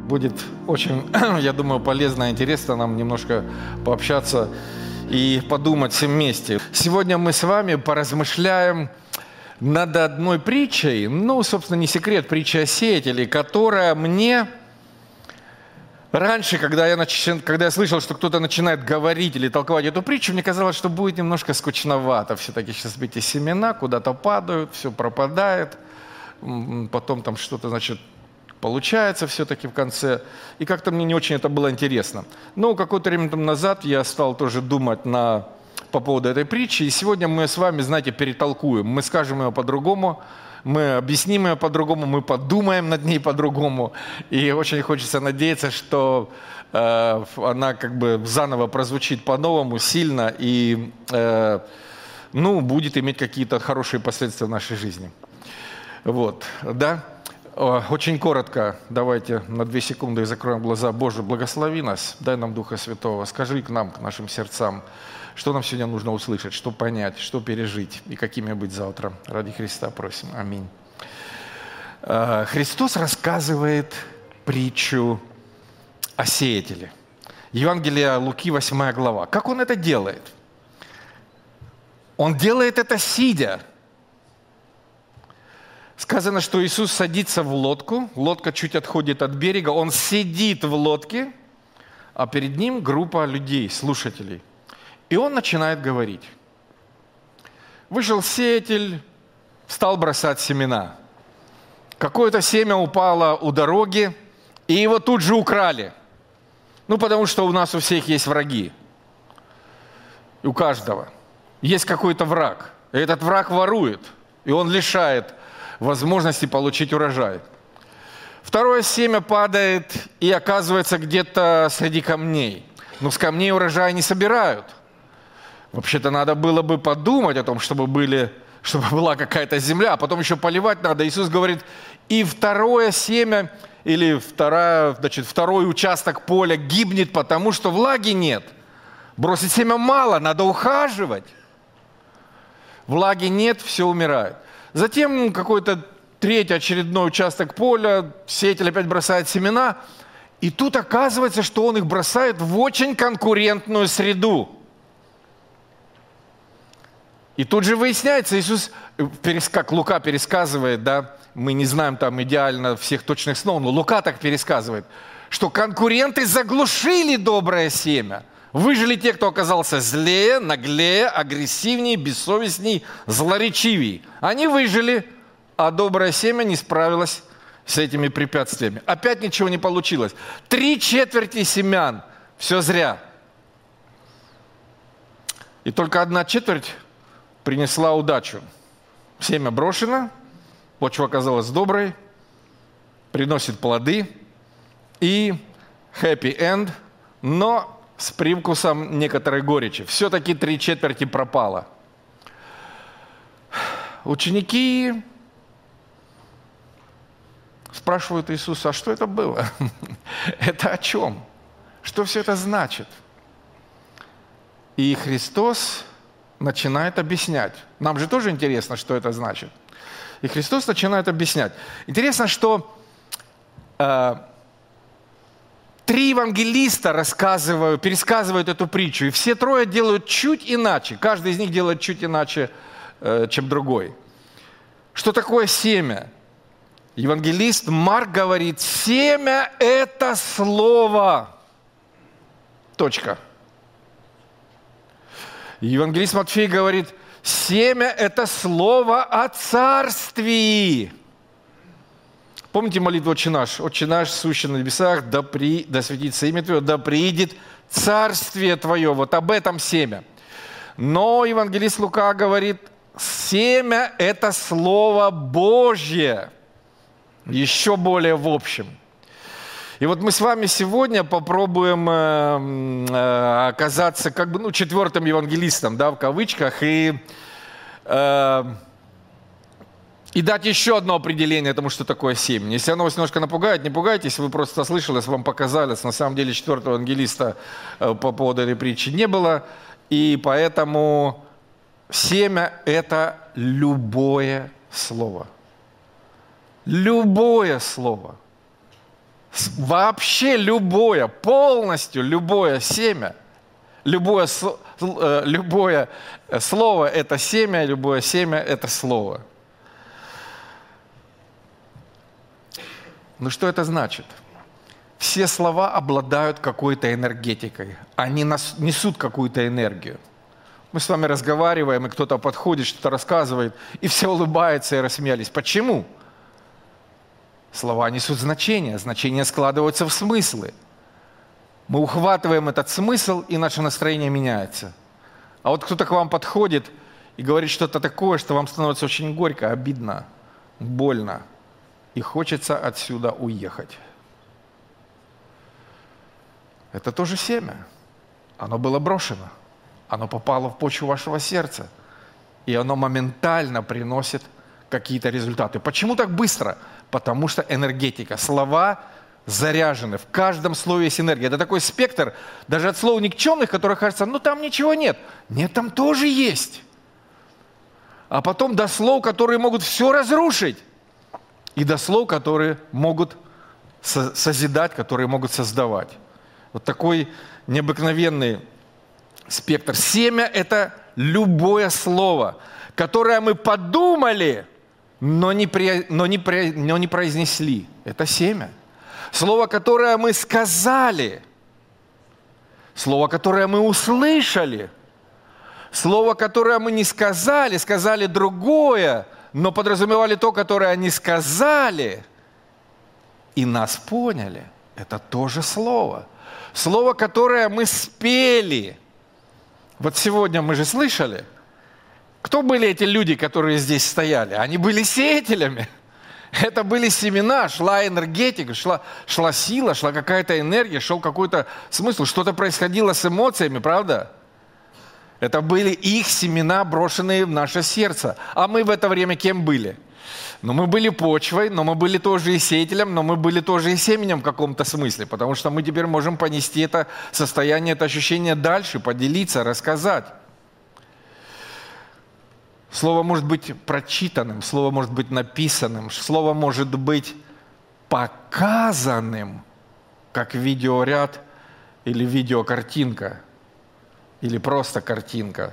Будет очень, я думаю, полезно и интересно нам немножко пообщаться и подумать все вместе. Сегодня мы с вами поразмышляем над одной притчей, собственно, не секрет, притча о сеятеле, которая мне раньше, когда я слышал, что кто-то начинает говорить или толковать эту притчу, мне казалось, что будет немножко скучновато. Все-таки сейчас эти семена куда-то падают, все пропадает, потом там что-то, получается все-таки в конце. И как-то мне не очень это было интересно. Но какое-то время назад я стал тоже думать по поводу этой притчи. И сегодня мы с вами, перетолкуем. Мы скажем ее по-другому, мы объясним ее по-другому, мы подумаем над ней по-другому. И очень хочется надеяться, что она заново прозвучит по-новому, сильно и будет иметь какие-то хорошие последствия в нашей жизни. Да? Очень коротко, давайте на 2 секунды закроем глаза. Боже, благослови нас, дай нам Духа Святого, скажи к нам, к нашим сердцам, что нам сегодня нужно услышать, что понять, что пережить и какими быть завтра. Ради Христа просим. Аминь. Христос рассказывает притчу о сеятеле. Евангелие Луки, 8 глава. Как Он это делает? Он делает это сидя. Сказано, что Иисус садится в лодку, лодка чуть отходит от берега, Он сидит в лодке, а перед Ним группа людей, слушателей. И Он начинает говорить. Вышел сеятель, стал бросать семена. Какое-то семя упало у дороги, и его тут же украли. Потому что у нас у всех есть враги. У каждого. Есть какой-то враг. И этот враг ворует, и он лишает возможности получить урожай. Второе семя падает и оказывается где-то среди камней. Но с камней урожай не собирают. Вообще-то надо было бы подумать о том, чтобы была какая-то земля, а потом еще поливать надо. Иисус говорит, и второе семя или второй участок поля гибнет, потому что влаги нет. Бросить семя мало, надо ухаживать. Влаги нет, все умирает. Затем какой-то третий очередной участок поля, сеятель опять бросает семена, и тут оказывается, что он их бросает в очень конкурентную среду. И тут же выясняется, Иисус, как Лука пересказывает, да, мы не знаем там идеально всех точных слов, но Лука так пересказывает, что конкуренты заглушили доброе семя. Выжили те, кто оказался злее, наглее, агрессивнее, бессовестней, злоречивей. Они выжили, а доброе семя не справилось с этими препятствиями. Опять ничего не получилось. 3/4 семян. Все зря. И только 1/4 принесла удачу. Семя брошено, почва оказалась доброй, приносит плоды и happy end, но с привкусом некоторой горечи. Все-таки 3/4 пропало. Ученики спрашивают Иисуса, а что это было? Это о чем? Что все это значит? И Христос начинает объяснять. Нам же тоже интересно, что это значит. И Христос начинает объяснять. Интересно, что 3 евангелиста пересказывают эту притчу, и все 3 делают чуть иначе. Каждый из них делает чуть иначе, чем другой. Что такое семя? Евангелист Марк говорит, семя – это слово. Точка. Евангелист Матфей говорит, семя – это слово о царствии. Помните молитву «Отче наш»? «Отче наш, сущий на небесах, да светится имя Твое, да приидет царствие Твое». Вот об этом семя. Но евангелист Лука говорит, семя – это Слово Божье. Еще более в общем. И вот мы с вами сегодня попробуем оказаться 4-м евангелистом, да, в кавычках, и дать еще одно определение тому, что такое семя. Если оно вас немножко напугает, не пугайтесь, вы просто слышали, вам показали. На самом деле 4-го евангелиста по поводу этой притчи не было. И поэтому семя – это любое слово. Любое слово. Вообще любое, полностью любое семя, любое слово – это семя, любое семя – это слово. Ну что это значит? Все слова обладают какой-то энергетикой. Они несут какую-то энергию. Мы с вами разговариваем, и кто-то подходит, что-то рассказывает, и все улыбаются и рассмеялись. Почему? Слова несут значение, значения складываются в смыслы. Мы ухватываем этот смысл, и наше настроение меняется. А вот кто-то к вам подходит и говорит что-то такое, что вам становится очень горько, обидно, больно, и хочется отсюда уехать. Это тоже семя. Оно было брошено. Оно попало в почву вашего сердца. И оно моментально приносит какие-то результаты. Почему так быстро? Потому что энергетика. Слова заряжены. В каждом слове есть энергия. Это такой спектр, даже от слов никчемных, которые кажется, ну там ничего нет. Нет, там тоже есть. А потом до слов, которые могут все разрушить. И до слов, которые могут созидать, которые могут создавать. Вот такой необыкновенный спектр. Семя – это любое слово, которое мы подумали, но не произнесли. Это семя. Слово, которое мы сказали. Слово, которое мы услышали. Слово, которое мы не сказали, сказали другое, но подразумевали то, которое они сказали, и нас поняли. Это тоже слово. Слово, которое мы спели. Вот сегодня мы же слышали, кто были эти люди, которые здесь стояли? Они были сеятелями. Это были семена, шла энергетика, шла сила, шла какая-то энергия, шел какой-то смысл. Что-то происходило с эмоциями, правда? Это были их семена, брошенные в наше сердце. А мы в это время кем были? Но мы были почвой, но мы были тоже и сеятелем, но мы были тоже и семенем в каком-то смысле, потому что мы теперь можем понести это состояние, это ощущение дальше, поделиться, рассказать. Слово может быть прочитанным, слово может быть написанным, слово может быть показанным, как видеоряд или видеокартинка, или просто картинка.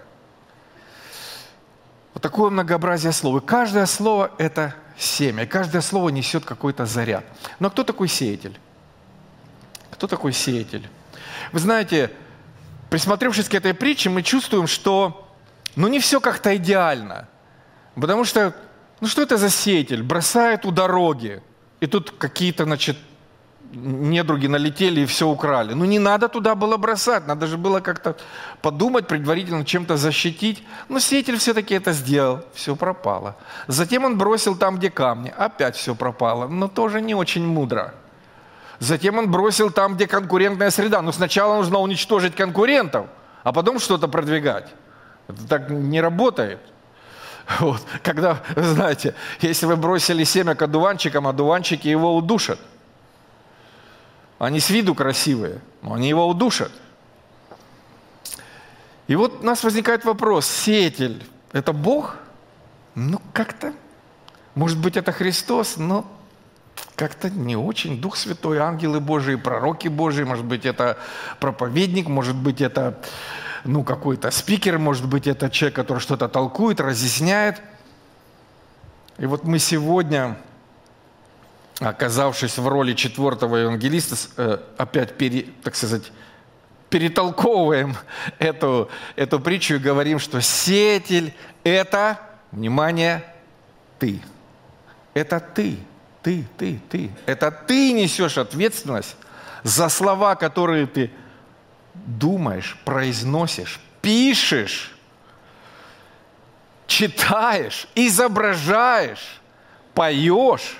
Вот такое многообразие слов. И каждое слово – это семя. И каждое слово несет какой-то заряд. Но кто такой сеятель? Кто такой сеятель? Вы знаете, присмотревшись к этой притче, мы чувствуем, что не все как-то идеально. Потому что, что это за сеятель? Бросает у дороги. И тут какие-то, недруги налетели и все украли. Не надо туда было бросать, надо же было как-то подумать, предварительно чем-то защитить. Но сеятель все-таки это сделал, все пропало. Затем он бросил там, где камни, опять все пропало, но тоже не очень мудро. Затем он бросил там, где конкурентная среда. Сначала нужно уничтожить конкурентов, а потом что-то продвигать. Это так не работает. Вот. Когда, вы знаете, если вы бросили семя к одуванчикам, одуванчики его удушат. Они с виду красивые, но они его удушат. И вот у нас возникает вопрос, сеятель – это Бог? Как-то, может быть, это Христос, но как-то не очень. Дух Святой, ангелы Божии, пророки Божии, может быть, это проповедник, может быть, это какой-то спикер, может быть, это человек, который что-то толкует, разъясняет. И вот мы сегодня, оказавшись в роли четвертого евангелиста, опять, перетолковываем эту притчу и говорим, что сеятель – это, внимание, ты. Это ты. Это ты несешь ответственность за слова, которые ты думаешь, произносишь, пишешь, читаешь, изображаешь, поешь,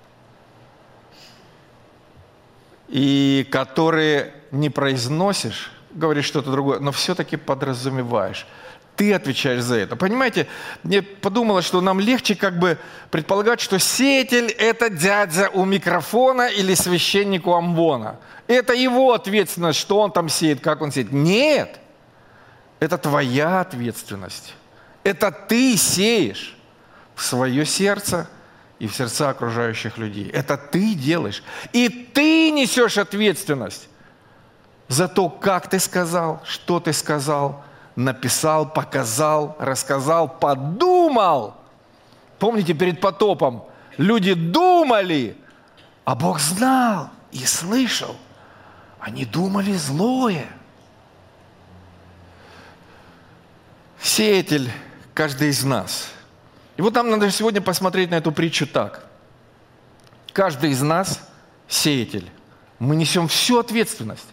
и которые не произносишь, говоришь что-то другое, но все-таки подразумеваешь. Ты отвечаешь за это. Понимаете, мне подумалось, что нам легче предполагать, что сеятель – это дядя у микрофона или священник у амвона. Это его ответственность, что он там сеет, как он сеет. Нет, это твоя ответственность. Это ты сеешь в свое сердце и в сердца окружающих людей. Это ты делаешь. И ты несешь ответственность за то, как ты сказал, что ты сказал, написал, показал, рассказал, подумал. Помните, перед потопом люди думали, а Бог знал и слышал. Они думали злое. Сеятель – каждый из нас. И вот нам надо сегодня посмотреть на эту притчу так. Каждый из нас – сеятель. Мы несем всю ответственность.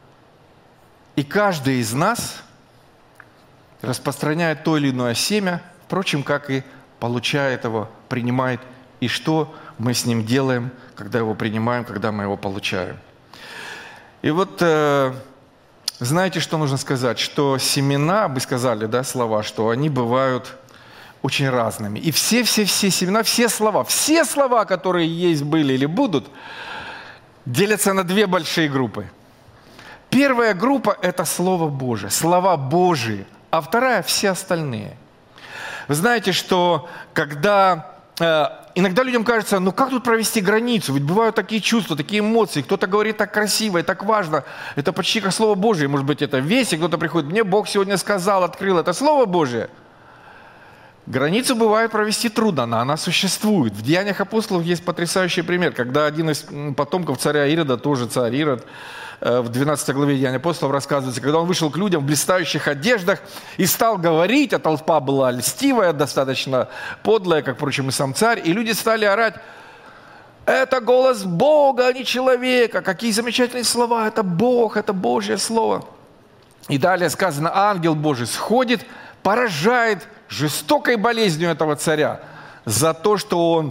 И каждый из нас распространяет то или иное семя, впрочем, как и получает его, принимает, и что мы с ним делаем, когда его принимаем, когда мы его получаем. И вот знаете, что нужно сказать? Что семена, вы сказали, да, слова, что они бывают очень разными. И все семена, все слова, которые есть, были или будут, делятся на две большие группы. Первая группа – это Слово Божие, слова Божии, а вторая – все остальные. Вы знаете, что когда иногда людям кажется, ну как тут провести границу? Ведь бывают такие чувства, такие эмоции. Кто-то говорит так красиво и так важно. Это почти как Слово Божие. Может быть, это весь, и кто-то приходит, мне Бог сегодня сказал, открыл. Это Слово Божие. Границу бывает провести трудно, но она существует. В Деяниях апостолов есть потрясающий пример, когда один из потомков царя Ирода, тоже царь Ирод, в 12 главе Деяний апостолов рассказывается, когда он вышел к людям в блистающих одеждах и стал говорить, а толпа была льстивая, достаточно подлая, как, впрочем, и сам царь, и люди стали орать, это голос Бога, а не человека, какие замечательные слова, это Бог, это Божье Слово. И далее сказано, ангел Божий сходит, поражает жестокой болезнью этого царя за то, что он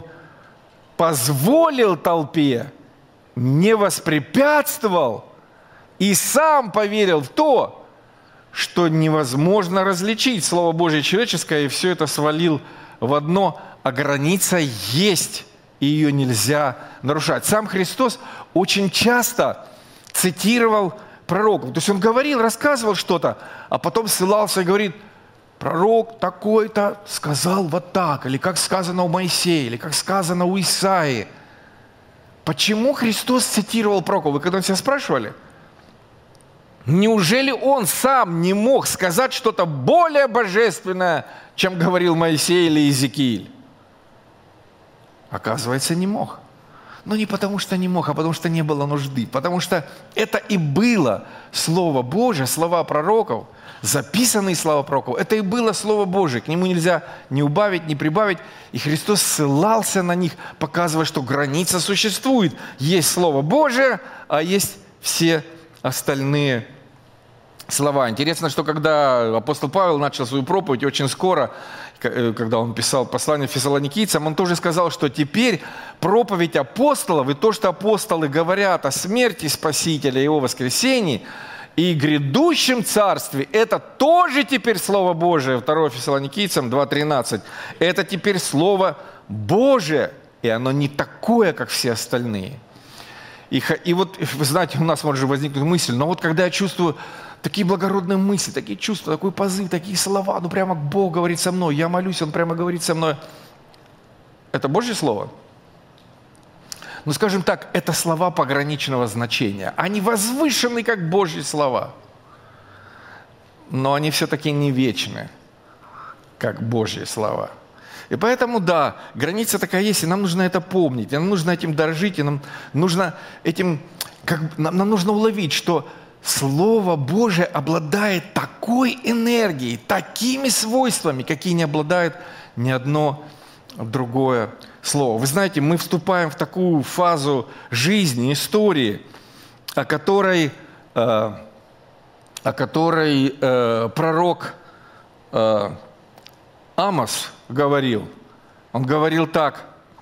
позволил толпе, не воспрепятствовал и сам поверил в то, что невозможно различить Слово Божье человеческое, и все это свалил в одно, а граница есть, и ее нельзя нарушать. Сам Христос очень часто цитировал пророков. То есть он говорил, рассказывал что-то, а потом ссылался и говорит, пророк такой-то сказал вот так, или как сказано у Моисея, или как сказано у Исаии. Почему Христос цитировал пророков? Вы когда себя спрашивали? Неужели он сам не мог сказать что-то более божественное, чем говорил Моисей или Иезекииль? Оказывается, не мог. Но не потому, что не мог, а потому, что не было нужды. Потому что это и было Слово Божие, слова пророков, записанные слова пророков. Это и было Слово Божие. К нему нельзя ни убавить, ни прибавить. И Христос ссылался на них, показывая, что граница существует. Есть Слово Божие, а есть все остальные слова. Интересно, что когда апостол Павел начал свою проповедь, очень скоро, когда он писал послание фессалоникийцам, он тоже сказал, что теперь проповедь апостолов и то, что апостолы говорят о смерти Спасителя и его воскресении и грядущем царстве, это тоже теперь Слово Божие. 2 Фессалоникийцам 2:13. Это теперь Слово Божие, и оно не такое, как все остальные. И вот, вы знаете, у нас может же возникнуть мысль, но вот когда я чувствую такие благородные мысли, такие чувства, такой позыв, такие слова, ну прямо Бог говорит со мной, я молюсь, Он прямо говорит со мной. Это Божье Слово? Ну, скажем так, это слова пограничного значения. Они возвышены, как Божьи слова. Но они все-таки не вечны, как Божьи слова. И поэтому, да, граница такая есть, и нам нужно это помнить, и нам нужно этим дорожить, и нам нужно нам нужно уловить, что Слово Божие обладает такой энергией, такими свойствами, какие не обладает ни одно другое слово. Вы знаете, мы вступаем в такую фазу жизни, истории, о которой пророк Амос говорил. Он говорил так: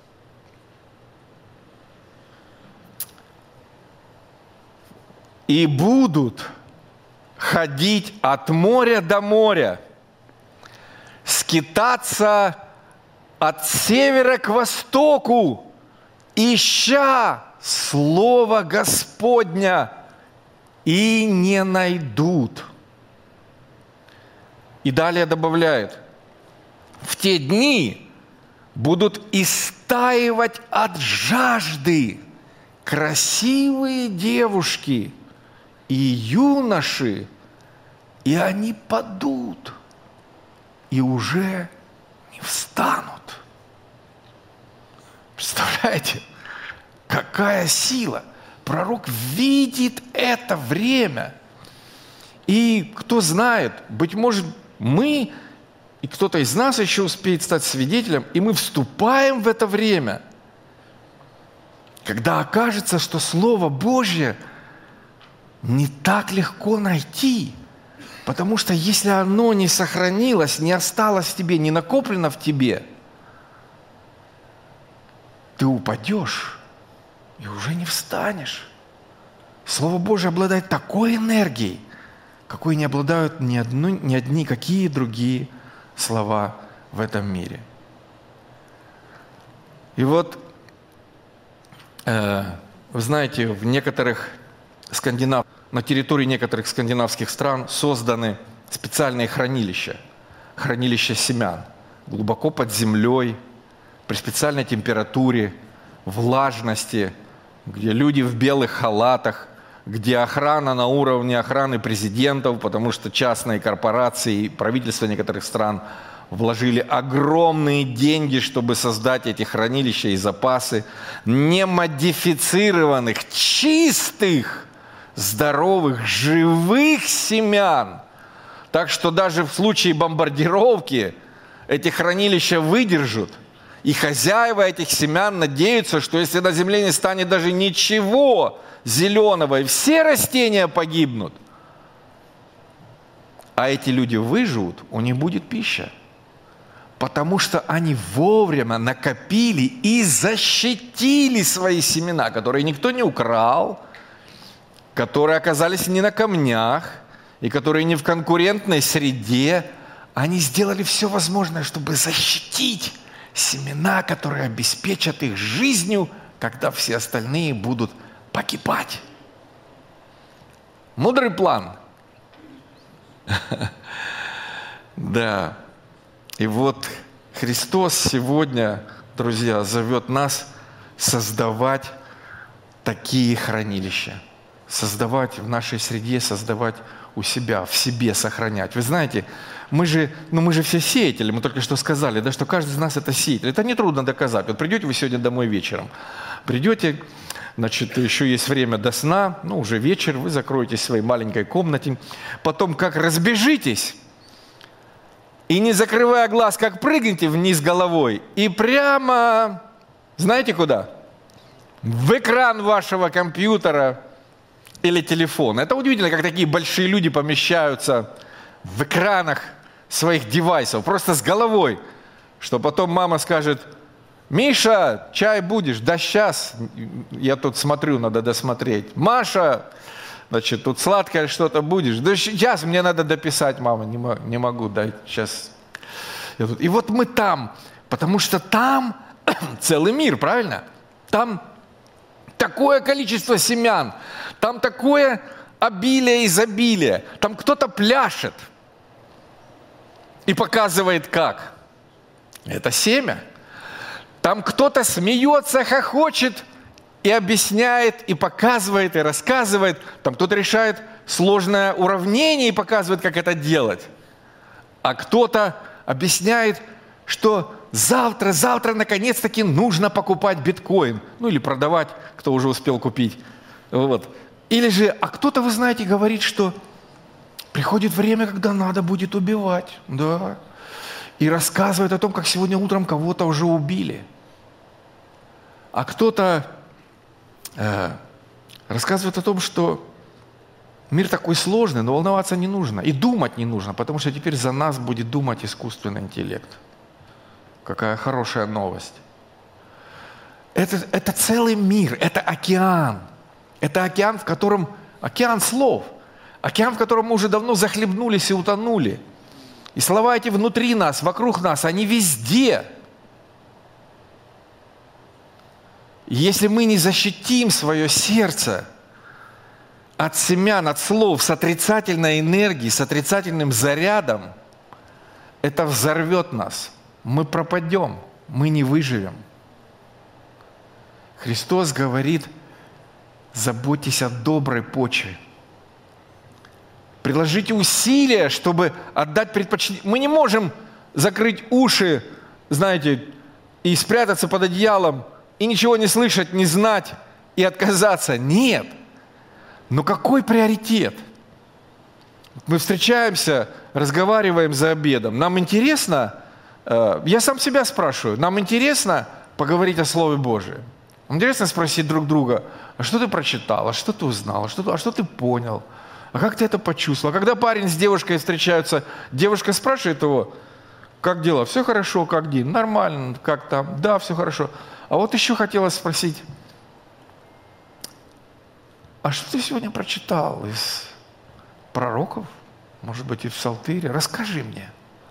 «И будут ходить от моря до моря, скитаться от севера к востоку, ища Слово Господня, и не найдут». И далее добавляет: «В те дни будут истаивать от жажды красивые девушки и юноши, и они падут, и уже не встанут. Представляете, какая сила! Пророк видит это время. И кто знает, быть может, мы, и кто-то из нас еще успеет стать свидетелем, и мы вступаем в это время, когда окажется, что Слово Божье не так легко найти, потому что если оно не сохранилось, не осталось в тебе, не накоплено в тебе, ты упадешь и уже не встанешь. Слово Божье обладает такой энергией, какой не обладают ни одни какие другие слова в этом мире. И вот, вы знаете, на территории некоторых скандинавских стран созданы специальные хранилища семян, глубоко под землей, при специальной температуре, влажности, где люди в белых халатах, где охрана на уровне охраны президентов, потому что частные корпорации и правительства некоторых стран вложили огромные деньги, чтобы создать эти хранилища и запасы немодифицированных, чистых, здоровых, живых семян. Так что даже в случае бомбардировки эти хранилища выдержат. И хозяева этих семян надеются, что если на земле не станет даже ничего зеленого, и все растения погибнут, а эти люди выживут, у них будет пища. Потому что они вовремя накопили и защитили свои семена, которые никто не украл, которые оказались не на камнях, и которые не в конкурентной среде. Они сделали все возможное, чтобы защитить семена, которые обеспечат их жизнью, когда все остальные будут погибать. Мудрый план. Да. И вот Христос сегодня, друзья, зовет нас создавать такие хранилища. Создавать в нашей среде, создавать у себя, в себе сохранять. Вы знаете, мы же все сеятели, мы только что сказали, да, что каждый из нас это сеятель. Это нетрудно доказать. Вот придете вы сегодня домой вечером, придете, значит, еще есть время до сна, уже вечер, вы закроетесь в своей маленькой комнате, потом как разбежитесь, и не закрывая глаз, как прыгнете вниз головой, и прямо, знаете куда? В экран вашего компьютера или телефона. Это удивительно, как такие большие люди помещаются в экранах своих девайсов, просто с головой, что потом мама скажет: «Миша, чай будешь?» «Да сейчас, я тут смотрю, надо досмотреть». «Маша, значит, тут сладкое что-то будешь?» «Да сейчас, мне надо дописать, мама, не могу, дай сейчас». И вот мы там, потому что там целый мир, правильно? Там такое количество семян, там такое обилие, изобилие, там кто-то пляшет и показывает как. Это семя. Там кто-то смеется, хохочет и объясняет, и показывает, и рассказывает. Там кто-то решает сложное уравнение и показывает, как это делать. А кто-то объясняет, что завтра наконец-таки нужно покупать биткоин. Или продавать, кто уже успел купить. Вот. Или же, кто-то, вы знаете, говорит, что приходит время, когда надо будет убивать. Да. И рассказывает о том, как сегодня утром кого-то уже убили. А кто-то рассказывает о том, что мир такой сложный, но волноваться не нужно. И думать не нужно, потому что теперь за нас будет думать искусственный интеллект. Какая хорошая новость. Это целый мир, это океан. Это океан, океан слов. Океан, в котором мы уже давно захлебнулись и утонули. И слова эти внутри нас, вокруг нас, они везде. Если мы не защитим свое сердце от семян, от слов с отрицательной энергией, с отрицательным зарядом, это взорвет нас. Мы пропадем. мы не выживем. Христос говорит, заботьтесь о доброй почве. Приложите усилия, чтобы отдать предпочтение. Мы не можем закрыть уши, знаете, и спрятаться под одеялом, и ничего не слышать, не знать, и отказаться. Нет. Но какой приоритет? Мы встречаемся, разговариваем за обедом. Нам интересно, я сам себя спрашиваю, нам интересно поговорить о Слове Божьем. Интересно спросить друг друга, а что ты прочитал, а что ты узнал, а что ты понял, а как ты это почувствовал? А когда парень с девушкой встречаются, девушка спрашивает его, как дела? Все хорошо, как день? Нормально, как там? Да, все хорошо. А вот еще хотелось спросить, а что ты сегодня прочитал из пророков? Может быть, и в Псалтире? Расскажи мне.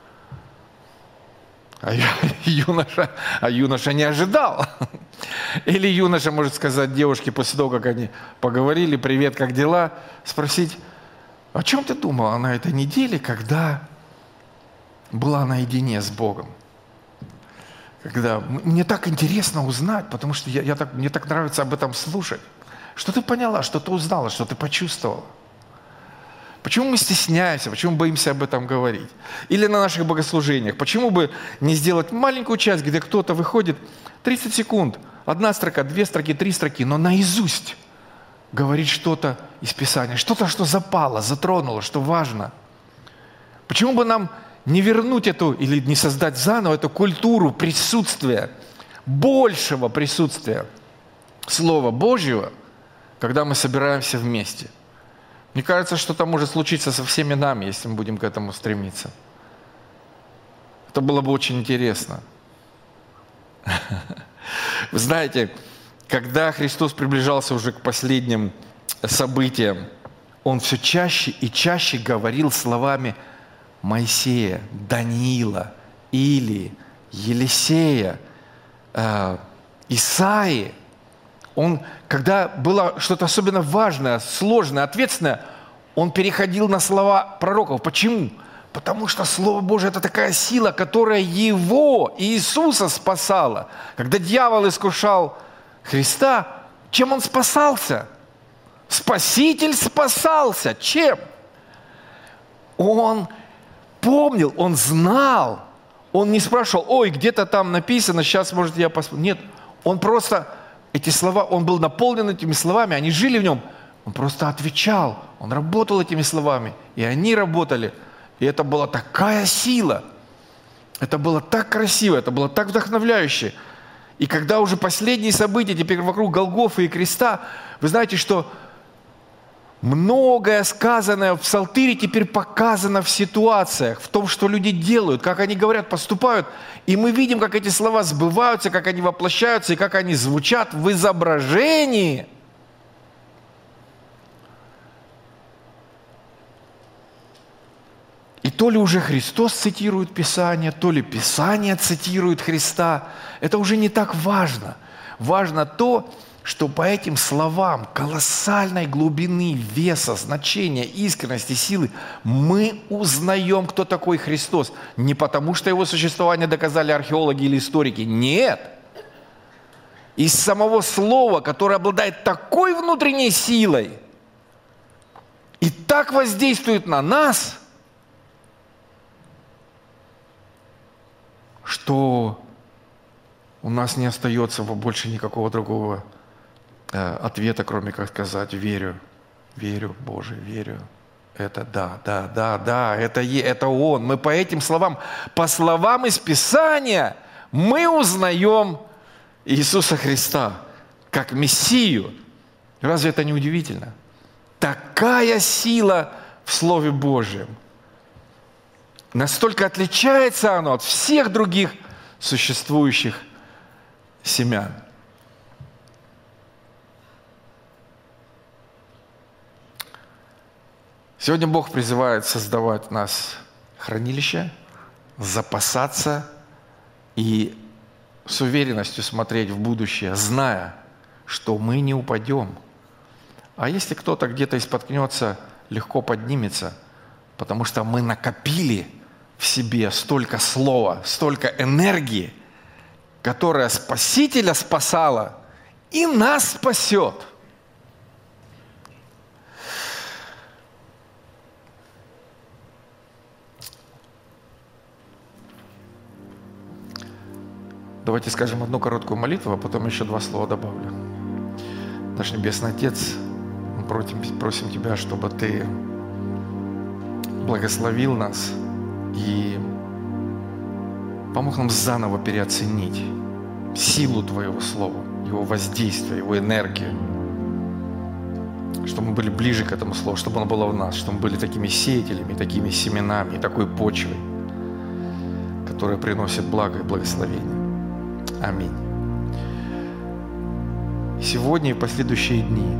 А юноша не ожидал. Или юноша может сказать девушке после того, как они поговорили, привет, как дела, спросить, о чем ты думала на этой неделе, когда была наедине с Богом? Когда мне так интересно узнать, потому что мне так нравится об этом слушать. Что ты поняла, что ты узнала, что ты почувствовала? Почему мы стесняемся, почему боимся об этом говорить? Или на наших богослужениях. Почему бы не сделать маленькую часть, где кто-то выходит 30 секунд, 1 строка, 2 строки, 3 строки, но наизусть говорить что-то из Писания, что-то, что запало, затронуло, что важно. Почему бы нам не вернуть эту или не создать заново эту культуру присутствия, большего присутствия Слова Божьего, когда мы собираемся вместе? Мне кажется, что-то может случиться со всеми нами, если мы будем к этому стремиться. Это было бы очень интересно. Вы знаете, когда Христос приближался уже к последним событиям, Он все чаще и чаще говорил словами Моисея, Даниила, Илии, Елисея, Исаии. Когда было что-то особенно важное, сложное, ответственное, он переходил на слова пророков. Почему? Потому что Слово Божие – это такая сила, которая его, Иисуса, спасала. Когда дьявол искушал Христа, чем он спасался? Спаситель спасался. Чем? Он помнил, он знал. Он не спрашивал, ой, где-то там написано, сейчас, может, я посмотрю. Нет, он просто... Эти слова, он был наполнен этими словами, они жили в нем. Он просто отвечал, он работал этими словами, и они работали. И это была такая сила, это было так красиво, это было так вдохновляюще. И когда уже последние события, теперь вокруг Голгофы и креста, вы знаете, что многое сказанное в Псалтире теперь показано в ситуациях, в том, что люди делают, как они говорят, поступают. И мы видим, как эти слова сбываются, как они воплощаются и как они звучат в изображении. И то ли уже Христос цитирует Писание, то ли Писание цитирует Христа. Это уже не так важно. Важно то, что по этим словам колоссальной глубины, веса, значения, искренности, силы мы узнаем, кто такой Христос. Не потому, что его существование доказали археологи или историки. Нет. Из самого слова, которое обладает такой внутренней силой и так воздействует на нас, что у нас не остается больше никакого другого ответа, кроме как сказать «верю, верю, Боже, верю». Это да, это Он. Мы по этим словам, по словам из Писания, мы узнаем Иисуса Христа как Мессию. Разве это не удивительно? Такая сила в Слове Божьем. Настолько отличается оно от всех других существующих семян. Сегодня Бог призывает создавать в нас хранилище, запасаться и с уверенностью смотреть в будущее, зная, что мы не упадем. А если кто-то где-то и споткнется, легко поднимется, потому что мы накопили в себе столько слова, столько энергии, которая Спасителя спасала и нас спасет. Давайте скажем одну короткую молитву, а потом еще 2 слова добавлю. Наш Небесный Отец, мы просим Тебя, чтобы Ты благословил нас и помог нам заново переоценить силу Твоего Слова, его воздействие, его энергию, чтобы мы были ближе к этому Слову, чтобы оно было в нас, чтобы мы были такими сеятелями, такими семенами, такой почвой, которая приносит благо и благословение. Аминь. Сегодня и в последующие дни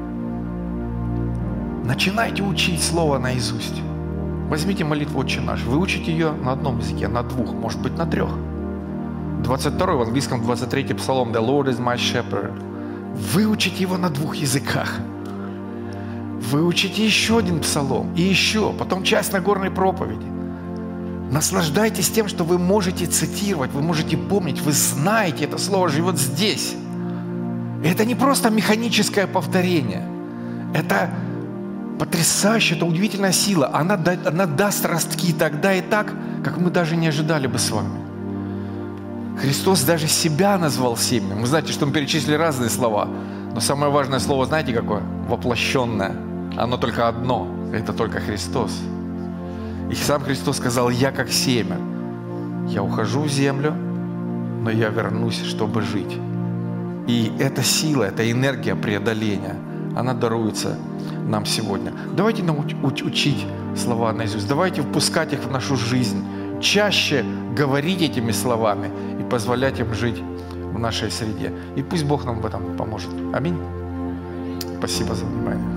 начинайте учить Слово наизусть. Возьмите молитву «Отче наш», выучите ее на одном языке, на 2, может быть, на 3. 22 в английском, 23 псалом «The Lord is my shepherd». Выучите его на 2 языках. Выучите еще один псалом и еще, потом часть Нагорной проповеди. Наслаждайтесь тем, что вы можете цитировать, вы можете помнить, вы знаете, это слово живет здесь. И это не просто механическое повторение. Это потрясающая, это удивительная сила. Она даст ростки тогда и так, как мы даже не ожидали бы с вами. Христос даже себя назвал семенем. Вы знаете, что мы перечислили разные слова. Но самое важное слово, знаете какое? Воплощенное. Оно только одно. Это только Христос. И сам Христос сказал: «Я как семя. Я ухожу в землю, но я вернусь, чтобы жить». И эта сила, эта энергия преодоления, она даруется нам сегодня. Давайте учить слова наизусть. Давайте впускать их в нашу жизнь. Чаще говорить этими словами и позволять им жить в нашей среде. И пусть Бог нам в этом поможет. Аминь. Спасибо за внимание.